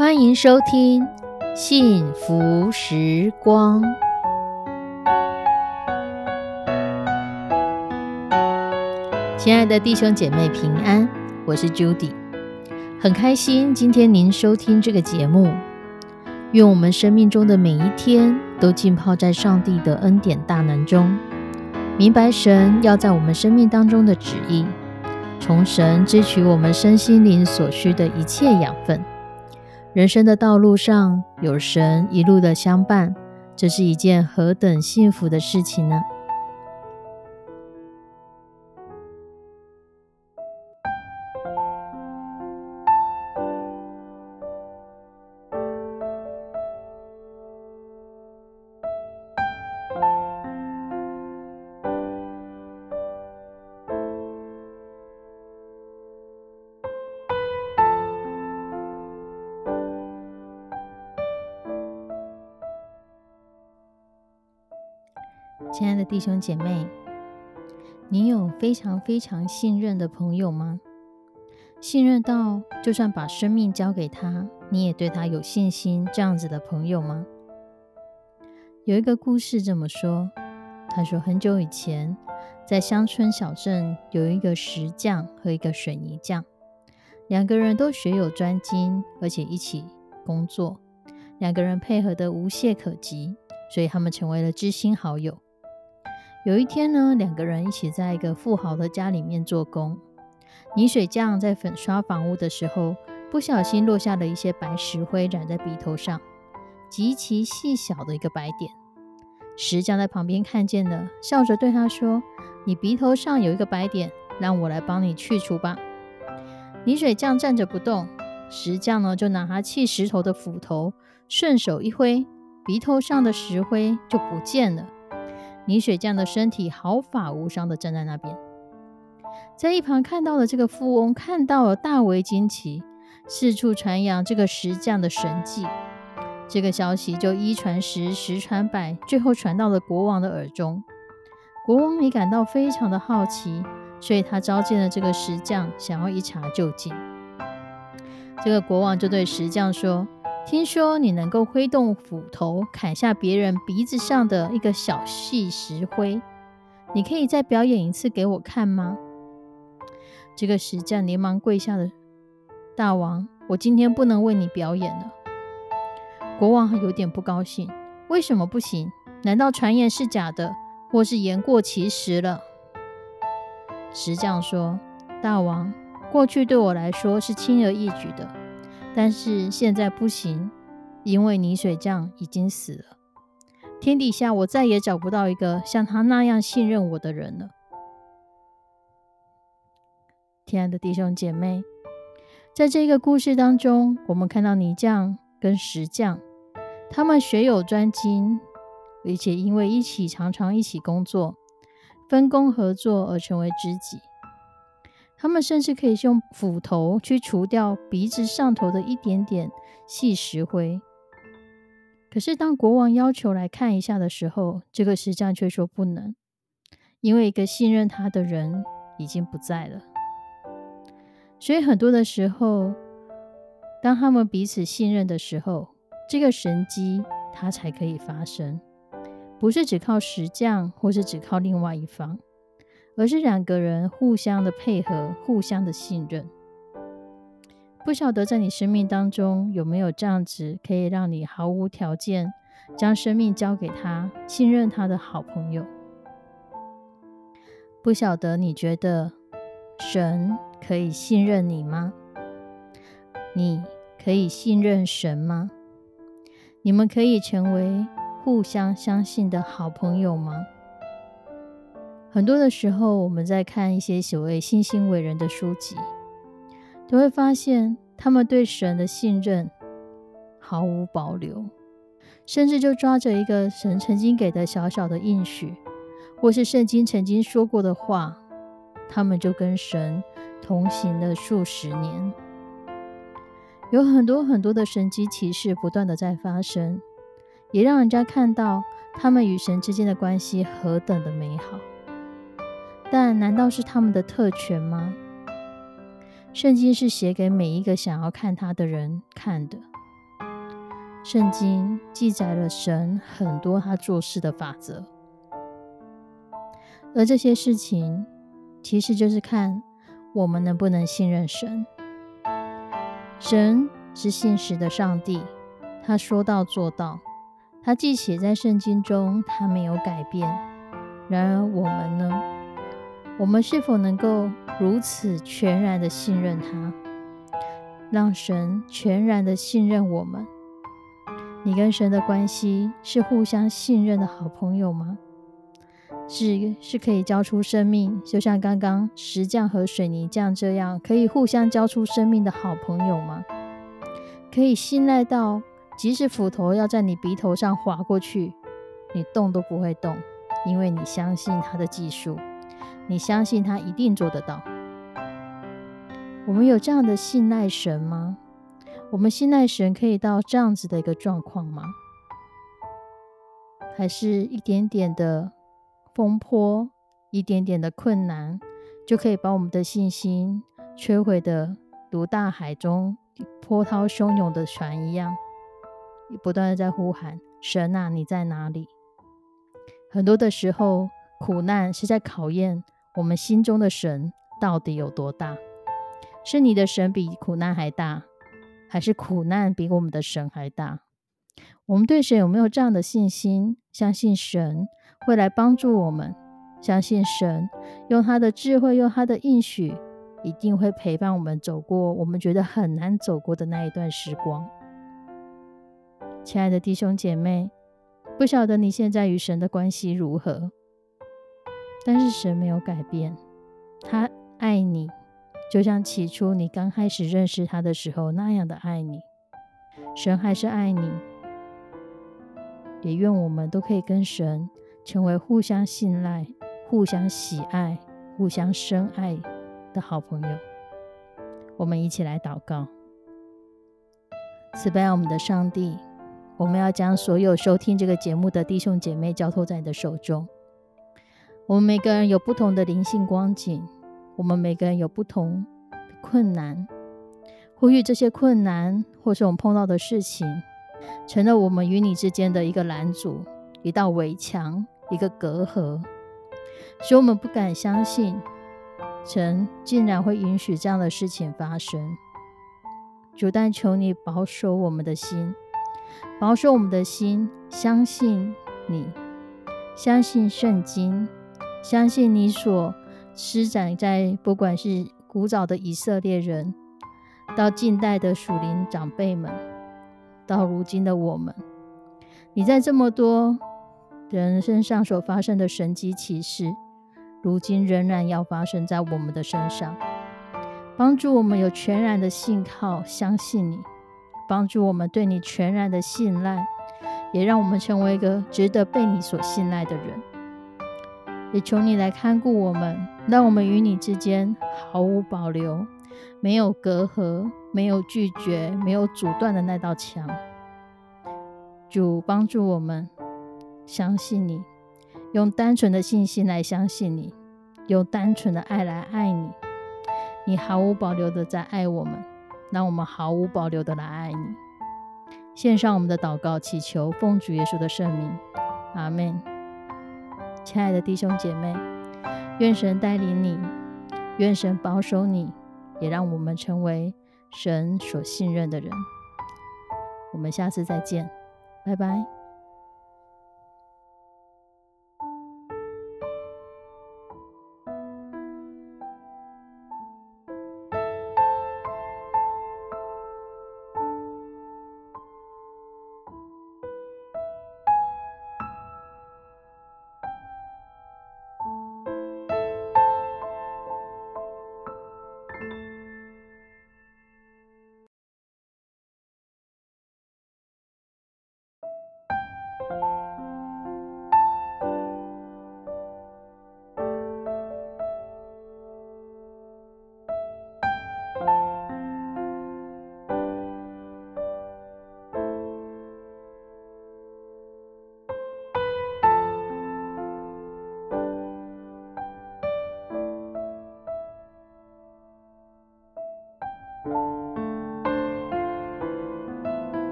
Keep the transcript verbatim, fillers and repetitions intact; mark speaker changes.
Speaker 1: 欢迎收听幸福时光。亲爱的弟兄姐妹平安，我是 Judy， 很开心今天您收听这个节目。愿我们生命中的每一天都浸泡在上帝的恩典大能中，明白神要在我们生命当中的旨意，从神支取我们身心灵所需的一切养分。人生的道路上有神一路的相伴，这是一件何等幸福的事情呢？亲爱的弟兄姐妹，你有非常非常信任的朋友吗？信任到就算把生命交给他，你也对他有信心，这样子的朋友吗？有一个故事这么说，他说很久以前，在乡村小镇有一个石匠和一个水泥匠，两个人都学有专精，而且一起工作，两个人配合得无懈可击，所以他们成为了知心好友。有一天呢，两个人一起在一个富豪的家里面做工。泥水匠在粉刷房屋的时候，不小心落下了一些白石灰，染在鼻头上，极其细小的一个白点。石匠在旁边看见了，笑着对他说：“你鼻头上有一个白点，让我来帮你去除吧。”泥水匠站着不动，石匠呢就拿他砌石头的斧头，顺手一挥，鼻头上的石灰就不见了。泥水匠的身体毫发无伤地站在那边。在一旁看到的这个富翁看到了，大为惊奇，四处传扬这个石匠的神迹。这个消息就一传十，十传百，最后传到了国王的耳中。国王也感到非常的好奇，所以他召见了这个石匠，想要一查究竟。这个国王就对石匠说：“听说你能够挥动斧头砍下别人鼻子上的一个小细石灰，你可以再表演一次给我看吗？”这个石匠连忙跪下了：“大王，我今天不能为你表演了。”国王有点不高兴：“为什么不行？难道传言是假的，或是言过其实了？”石匠说：“大王，过去对我来说是轻而易举的，但是现在不行，因为泥水匠已经死了。天底下我再也找不到一个像他那样信任我的人了。”亲爱的弟兄姐妹，在这个故事当中，我们看到泥匠跟石匠，他们学有专精，而且因为一起常常一起工作，分工合作而成为知己。他们甚至可以用斧头去除掉鼻子上头的一点点细石灰。可是当国王要求来看一下的时候，这个石匠却说不能，因为一个信任他的人已经不在了。所以很多的时候，当他们彼此信任的时候，这个神迹它才可以发生，不是只靠石匠，或是只靠另外一方，而是两个人互相的配合，互相的信任。不晓得在你生命当中有没有这样子可以让你毫无条件将生命交给他，信任他的好朋友？不晓得你觉得神可以信任你吗？你可以信任神吗？你们可以成为互相相信的好朋友吗？很多的时候，我们在看一些所谓信心伟人的书籍，都会发现他们对神的信任毫无保留，甚至就抓着一个神曾经给的小小的应许，或是圣经曾经说过的话，他们就跟神同行了数十年。有很多很多的神迹奇事不断的在发生，也让人家看到他们与神之间的关系何等的美好。但难道是他们的特权吗？圣经是写给每一个想要看他的人看的， 圣经记载了神很多他做事的法则，而这些事情其实就是看我们能不能信任神。神是信实的上帝，他说到做到，他既写在圣经中，他没有改变。然而我们呢？我们是否能够如此全然的信任他，让神全然的信任我们？你跟神的关系是互相信任的好朋友吗？是是可以交出生命，就像刚刚石匠和水泥匠这样，可以互相交出生命的好朋友吗？可以信赖到即使斧头要在你鼻头上划过去，你动都不会动，因为你相信他的技术，你相信他一定做得到。我们有这样的信赖神吗？我们信赖神可以到这样子的一个状况吗？还是一点点的风波，一点点的困难，就可以把我们的信心摧毁的如大海中波涛汹涌的船一样，不断的在呼喊，神啊，你在哪里？很多的时候，苦难是在考验我们心中的神到底有多大。是你的神比苦难还大，还是苦难比我们的神还大？我们对神有没有这样的信心？相信神会来帮助我们，相信神用他的智慧，用他的应许，一定会陪伴我们走过我们觉得很难走过的那一段时光。亲爱的弟兄姐妹，不晓得你现在与神的关系如何，但是神没有改变，他爱你，就像起初你刚开始认识他的时候那样的爱你。神还是爱你，也愿我们都可以跟神成为互相信赖、互相喜爱、互相深爱的好朋友。我们一起来祷告。慈悲我们的上帝，我们要将所有收听这个节目的弟兄姐妹交托在你的手中。我们每个人有不同的灵性光景，我们每个人有不同的困难，呼吁这些困难或是我们碰到的事情成了我们与你之间的一个拦阻，一道围墙，一个隔阂，使我们不敢相信神竟然会允许这样的事情发生。主，但求你保守我们的心，保守我们的心，相信你，相信圣经，相信你所施展在不管是古早的以色列人，到近代的属灵长辈们，到如今的我们，你在这么多人身上所发生的神迹奇事，如今仍然要发生在我们的身上。帮助我们有全然的信靠，相信你，帮助我们对你全然的信赖，也让我们成为一个值得被你所信赖的人。也求你来看顾我们，让我们与你之间毫无保留，没有隔阂，没有拒绝，没有阻断的那道墙。主，帮助我们相信你，用单纯的信心来相信你，用单纯的爱来爱你。你毫无保留的在爱我们，让我们毫无保留的来爱你。献上我们的祷告，祈求奉主耶稣的圣名，阿们。亲爱的弟兄姐妹，愿神带领你，愿神保守你，也让我们成为神所信任的人。我们下次再见，拜拜。